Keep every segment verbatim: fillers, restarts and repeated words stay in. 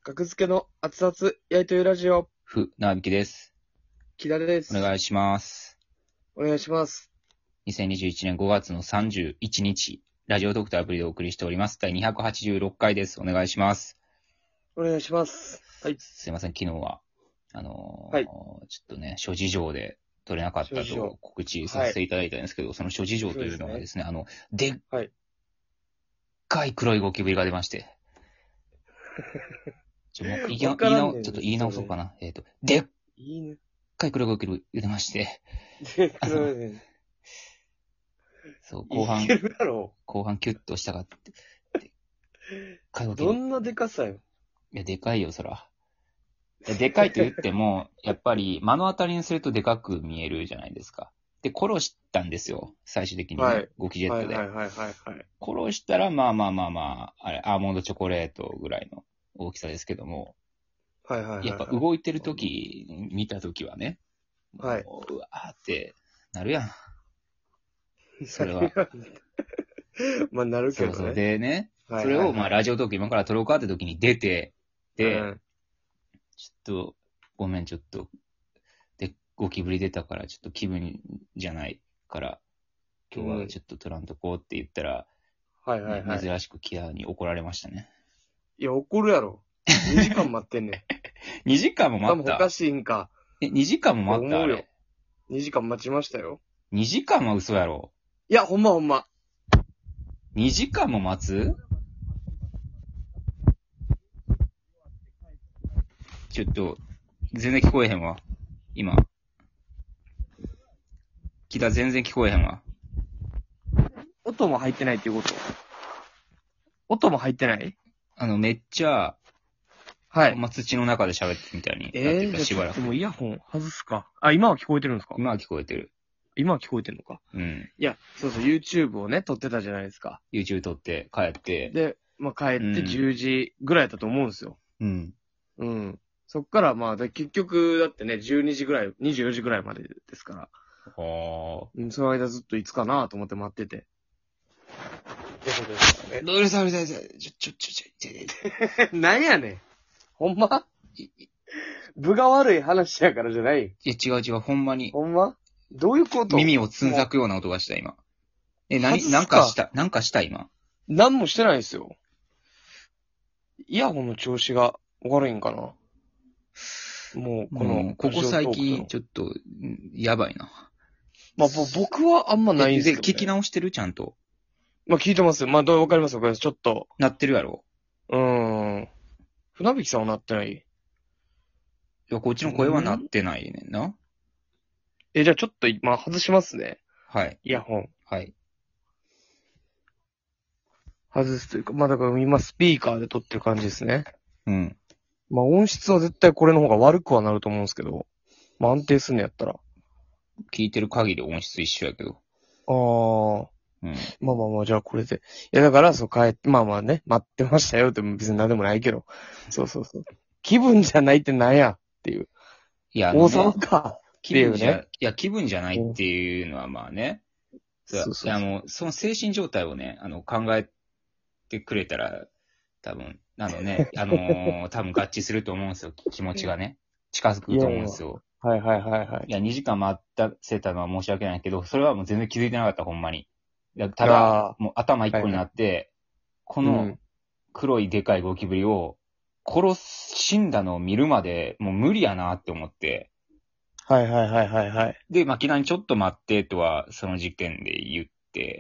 格付けの熱々焼いというラジオ、 ふ、なびきです。 木田です。 お願いします。 お願いします。 にせんにじゅういちねんごがつのさんじゅういちにち、ラジオドクターアプリでお送りしております。第にひゃくはちじゅうろっかいです。お願いします。 お願いします。はい。 すいません、昨日は、あのーはいちょっとね、諸事情で撮れなかった諸事情と告知させていただいたんですけど、その諸事情というのがですね、あの、でっはい。 かい黒いゴキブリが出まして、ちょ、もう言いわな言い直、 からんねんちょっと言い直そうかね。 な。えっ、と、でっいいね。 かい黒いゴキブリが出まして、 で、 あの、 黒いね。 そう、 い後半け、るだろ後半キュッとしたがって、でっかいゴう。 キブリ。 どんなでかさよ。 いや、でかいよ、そら。ででかいと言っても、やっぱり目の当たりにするとでかく見えるじゃないですか。で、殺したんですよ。最終的にね。 はいゴキジェットで。 はいはいはいはいはい。 殺したら、まあまあまあまあ、あれ、アーモンドチョコレートぐらいの大きさですけども、 はいはいはいはい。 やっぱ動いてる時、見た時はね、 はいもううわーってなるやん。それは。 まあ、なるけどね。 そうそう。でね、 はいはいはいそれをまあラジオトーク今から撮ろうかって時に出て、で、 うんちょっと、ごめん、ちょっと、で、ゴキブリ出たから、ちょっと気分じゃないから、今日はちょっと取らんとこうって言ったら、 はいはいはい。 ね珍しくキアに怒られましたね。 いや、怒るやろ。にじかん待ってんねん。 にじかんも待った多分おかしいんか。 え、にじかんも待ったと思うよあれ。 にじかん待ちましたよ。 にじかんは嘘やろ。 いや、ほんまほんま。 にじかんも待つちょっと、全然聞こえへんわ。今。木田全然聞こえへんわ。 音も入ってないっていうこと音も入ってないあの、めっちゃ、 はい。 まあ、土の中で喋ってるみたいになってえー、 た、 じしばらく。 ゃあちょっともうイヤホン外すか。あ、今は聞こえてるんですか今は聞こえてる。 今は聞こえてるのか。 うん。 いや、そうそう、YouTube をね、撮ってたじゃないですか。 YouTube 撮って帰って。 で、まあ、帰ってうんじゅうじぐらいだったと思うんですよ。 うん。 うん。そっからまあ、で結局、だってね、じゅうにじぐらい、にじゅうよじぐらいまでですから。 はうん、その間ずっといつかなと思って待ってて。ってことですからね。 どうるさいうるさいうるさい。ちょ、ちょ、ちょ、ちょ、ちょ、ちょなんやねん。ほんま分が悪い話やからじゃない。 いや、違う違う、ほんまに。 ほんまどういうこと耳をつんざくような音がした、今。え、なに、 外すかなんかした、なんかした、今。 何もしてないですよ。イヤホンの調子が悪いんかなもう、この、 もう、ここ最近、 ラジちょっと、んやばいな。 オトークとのまあ、ぼ僕はあんまないんですけど、ね。 で、聞き直してるちゃんと。 まあ、聞いてますよ。まあ、どうわかりますわかります。ちょっと。 なってるやろ。 うーん。船引さんはなってないいや、こっちの声はなってないねんな。 え、じゃあちょっと今外しますね。 はい。 イヤホン。 はい。 外すというか、まあだから今スピーカーで撮ってる感じですね。 うん。 まあ音質は絶対これの方が悪くはなると思うんですけど。まあ安定すんのやったら。 聞いてる限り音質一緒やけど。 あー。 うん。 まあまあまあ、じゃあこれで。いやだから、そう帰って、まあまあね、待ってましたよって別に何でもないけど。そうそうそう。気分じゃないってなんやっていう。 いや、あの王ね様か。 気分じゃ、 っていうねいや、気分じゃないっていうのはまあね。 そうそうそういや、もう、その精神状態をね、あの、考えてくれたら、多分、あのね、あのー多分合致すると思うんですよ。気持ちがね。近づくと思うんですよ。 はいはいはいはい。 いや、にじかん待たせたのは申し訳ないけど、それはもう全然気づいてなかった、ほんまに。いやたあだ、もう頭一個になって、こうのん黒いでかいゴキブリを殺す、死んだのを見るまで、もう無理やなって思って、 はいはいはいはいはい。 で、マキナにちょっと待ってとは、その時点で言って、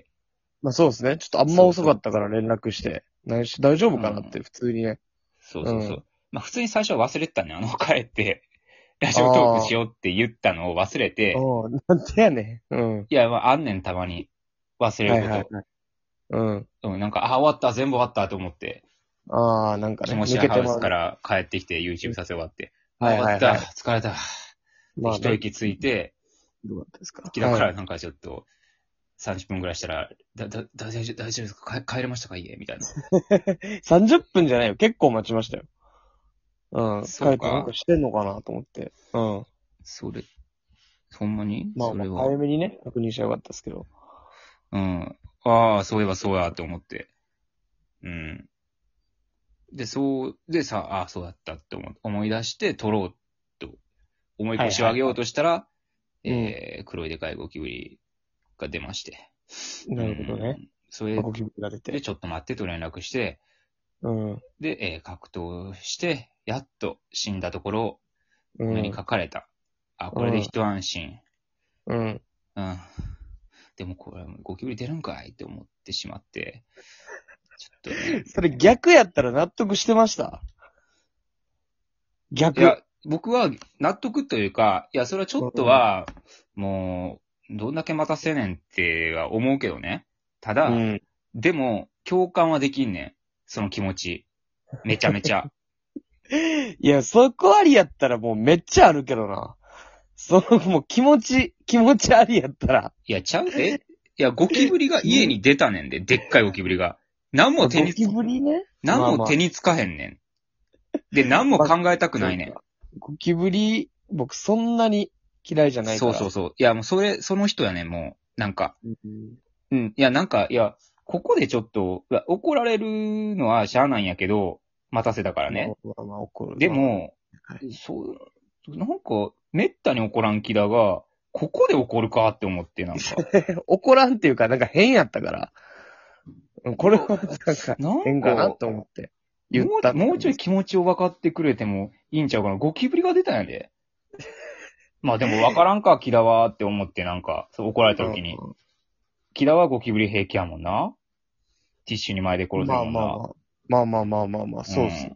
まあそうですね。ちょっとあんま遅かったから連絡して、何し大丈夫かなって普通にね。 そうそうそう。 うんまあ普通に最初は忘れてたね。あの、帰って、ラジオトークしようって言ったのを忘れて、 おーなんでやねん。うん。 いや、まあ、あんねん、たまに。忘れること。 はいはいはい。うん。 うん、なんか、あ、終わった、全部終わったと思って、 ああ、なんかね、 気持ち抜けてまうハウスか。ら帰ってきて YouTube 撮影終わって、あ、 はい終わった、 はいはい。 疲れた。 まあね。 で一息ついて、 どうだったですかだかはい。 らなんかちょっと、さんじゅっぷんぐらいしたら、だ、だ、だ大丈夫、大丈夫ですか帰帰れましたか家みたいな。 さんじゅっぷんじゃないよ。結構待ちましたよ。うん。帰そうかってなんかしてんのかなと思って。うん。 それ、ほんまにまあまあ、 それは。 早めにね、確認したらよかったですけど。 うん。ああ、そういえばそうやって思って。うん。 で、そう、でさ、ああ、そうだったって思思い出して撮ろうと、思い腰を上げようとしたら、 いはいえー、黒いでかいゴキブリが出まして。 なるほどね。 うん。それゴキブリが出で、 て。 ちょっと待ってと連絡して、 うん。 で、えー格闘して、やっと死んだところをうん。 目に書かれた。あ、これで一安心。 うん。 うん。でもこれ、ゴキブリ出るんかいって思ってしまって、ちょっとね。 それ逆やったら納得してました逆。 いや、僕は納得というか、いや、それはちょっとは、もう、どんだけ待たせねんっては思うけどね。ただ、 うん。 でも、共感はできんねん。その気持ち。めちゃめちゃ。 いや、そこありやったらもうめっちゃあるけどな。その、もう気持ち、気持ちありやったら。 いや、ちゃうえいや、ゴキブリが家に出たねんで、でっかいゴキブリが。何も手にゴ、キブリね。 何まあまあも手につかへんねん。で、何も考えたくないねん。 そうかゴキブリ、僕そんなに嫌いじゃないから。 そうそうそう。いや、もうそれ、その人やねん、もう。なんか。 うん。 うん。いや、なんか、いや、ここでちょっと、いや怒られるのはしゃあないんやけど、待たせたからね。 まあまあ怒る。 でも、 はそう、なんか、めったに怒らん気だが、ここで怒るかって思って、なんか。 怒らんっていうか、なんか変やったから。うんこれは、なんか、 なん変かなか、 と思って。言ったってもう、もうちょい気持ちを分かってくれてもいいんちゃうかな。ゴキブリが出たんやで。まあでも分からんか、キダはって思ってなんか、そう怒られた時に。 うんキダはゴキブリ平気やもんな。ティッシュに前で殺せるもんな。 まあまあまあ。まあまあまあまあまあ、そうっす。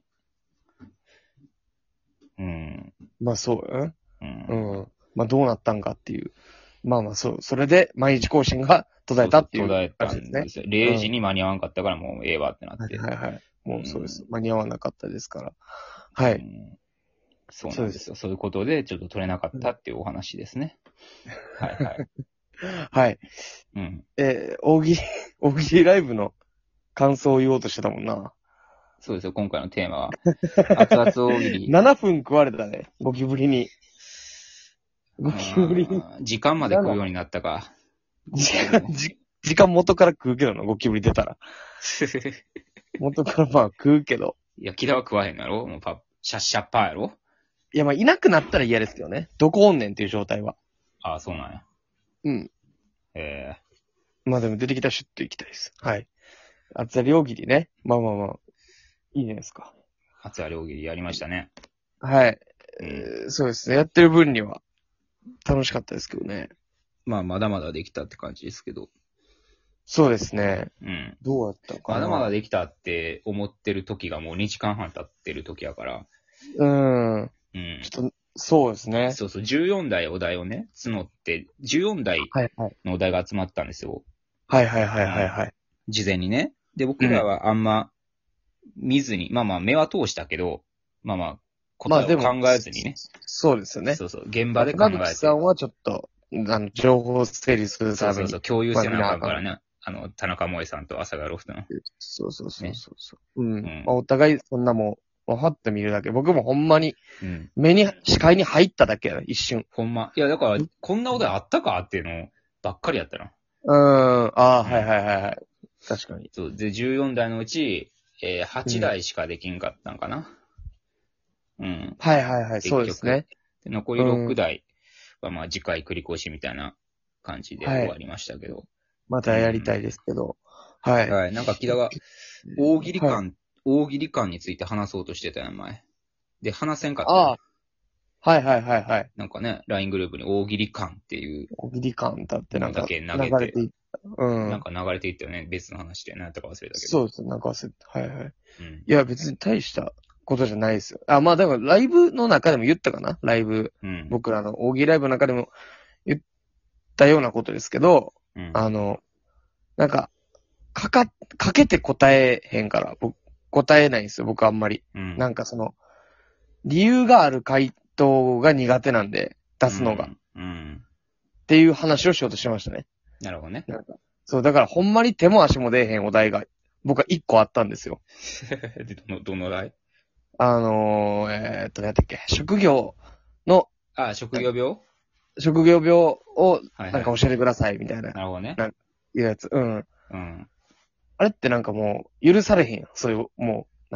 うん。うん。 まあそうよね。 うん。 うん。まあどうなったんかっていう。まあまあそう。それで毎日更新が途絶えたっていう途絶えた感じですね。 んですよ。れいじに間に合わんかったからもうええわってなって。 はいはいはい。もうそうです。 うん間に合わなかったですから。はい。 うんそうなんですよ。そういうことでちょっと取れなかったっていうお話ですね。はいはい。 はい。 うん。 えー、大喜利、大喜利ライブの感想を言おうとしてたもんな。 そうですよ。今回のテーマは、熱々大喜利。 ななふん食われたね。ゴキブリに。ゴキブリに。 あー時間まで食うようになったか。 時間、じ時間元から食うけどな、ゴキブリ出たら。元からまあ食うけど。 いや、キラは食わへんやろもうパシャッシャッパーやろいやまあいなくなったら嫌ですけどね。どこおんねんっていう状態は。 ああ、そうなんや。 うん。 えまあでも出てきたらシュッと行きたいです。はい。厚り大喜利ね。まあまあまあ。いいじゃないですか。 ー、熱々大喜利やりましたね。 はい。 うんえーそうですね。やってる分には楽しかったですけどね。 まあ、まだまだできたって感じですけど。 そうですね。 うん。 どうやったかな。 まだまだできたって思ってる時がもうにじかんはん経ってる時やから。 うーん。 うん。 ちょっと、そうですね。 そうそう、じゅうよんだいお題をね、募って、じゅうよんだいはいはい。 のお題が集まったんですよ。 はいはいはいはいはい。 事前にね。で、僕らはあんま見ずに、まあまあ目は通したけど、まあまあ答えを考えずにね。 そうですよね。 そうそう、現場で考えて。 船口さんはちょっと、あの、情報整理するために。 そうそうそう、共有せなあかんからまね。あの、田中萌さんと阿佐ヶ谷ロフトの。 そうそうそうそうそう。うん。 うんまあ、お互いそんなもん、もうはっと見るだけ。僕もほんまにうん。 目に、視界に入っただけやな、一瞬。 ほんま。いや、だから、こんなお題あったかっていうのばっかりやったな。 うーん。ああ、 うんはいはいはいはい。確かに。 そう。で、じゅうよんだいのうち、えー、はちだいしかできんかったんかな。うん。 はいはいはい、 結局そうですね。 で残りろくだいは、まあ、次回繰り越しみたいな感じではい終わりましたけど。 またやりたいですけど。はい。 はい。なんか、木田が、大喜利感、大喜利感について話そうとしてたやん、前。で、話せんかった。 ああ。はいはいはいはい。 なんかね、ライン グループに大喜利感っていう、 大喜利感だってなんか、 だけ流投げてれていった。うん。 なんか流れていったよね、別の話で。何やったか忘れたけど。 そうです。なんか忘れた。はいはい。 うん。 いや、別に大したことじゃないですよ。あ、まあ、だからライブの中でも言ったかなライブ。 うん。 僕らの大喜利ライブの中でも言ったようなことですけど、 うん。 あの、なんか、かか、かけて答えへんから、僕、答えないんですよ、僕あんまり。 うん。 なんかその、理由がある回答が苦手なんで、出すのが。っうん。うん。 ていう話をしようとしてましたね。 なるほどね。 なんかそう、だからほんまに手も足も出えへんお題が、僕は一個あったんですよ。 で、どの、どの題あのー、えー、っと、何やったっけ、職業の、 あ、職業病職業病をはいなんか教えてくださいみたいな、 なるほどね。 いうやつ。うん。 うん。 あれってなんかもう、許されへんやん。そういう、もう、なんか、不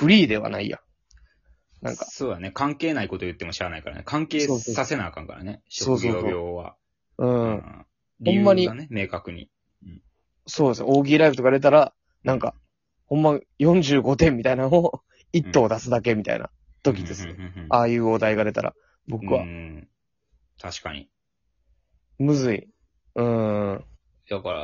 フリーではないやん。なんか。 そうだね。関係ないこと言ってもしゃあないからね。関係させなあかんからね。 そうそうそう職業病は。 う。 うんん。理由がね、明確に。 そうです。大喜利ライブとか出たら、なんか、ほんまよんじゅうごてんみたいなのを一等出すだけみたいな時ですよ。 うんうんうんうんああいうお題が出たら、僕はう。ん。確かに。 むずい。うーん。 だから、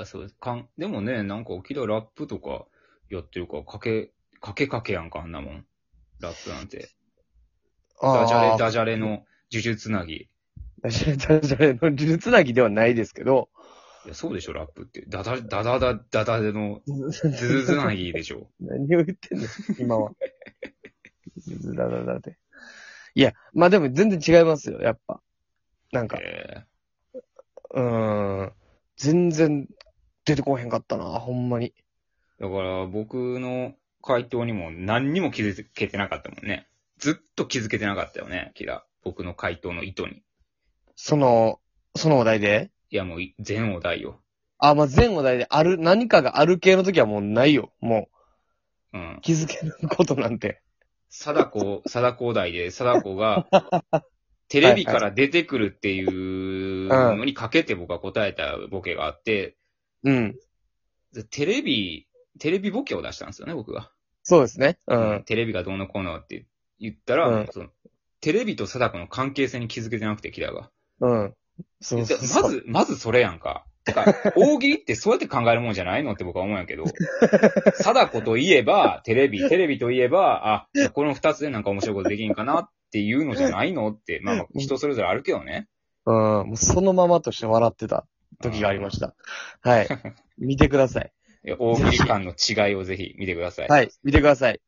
そうです。かん、でもね、なんか、沖縄ラップとかやってるから、かけ、かけかけやんか、あんなもん。ラップなんて。ダジャレ、 ああ。 ダジャレの呪術つなぎ。いダジャレ、ダジャレの呪術つなぎではないですけど、 や、そうでしょ、ラップって。ダダ、ダダダ、ダダでの呪術つなぎでしょ。 何を言ってんの今は。ずだだだって。いや、まあでも全然違いますよ、やっぱ。なんか、 えうーん。全然出てこへんかったな、ほんまに。 ー、だから、僕の回答にも何にも気づけてなかったもんね。ずっと気づけてなかったよね、キラ。僕の回答の意図に。 その、そのお題でいや、もうい、全お題よ。 あ、まあ、全お題である、何かがある系の時はもうないよ。もうんう、。気づけることなんて。 貞子、貞子お題で、貞子が、テレビから出てくるっていうのにかけて僕は答えたボケがあって、 うん。 テレビ、テレビボケを出したんですよね、僕が。 そうですね。ううんん。 テレビがどうのこうのって言ったら、 うんそのテレビと貞子の関係性に気づけてなくて、キラが。 うん。そうそうそう。 まず、まずそれやんか。てか、大喜利ってそうやって考えるもんじゃないのって僕は思うんやけど、貞子といえば、テレビ、テレビといえば、あ、じゃあこの二つでなんか面白いことできんかなっていうのじゃないのって、まあまあ人それぞれあるけどね。 うん。もうそのままとして笑ってた時がありました。はい。見てください。 いや大喜利感の違いをぜひ見てください。 はい。見てください。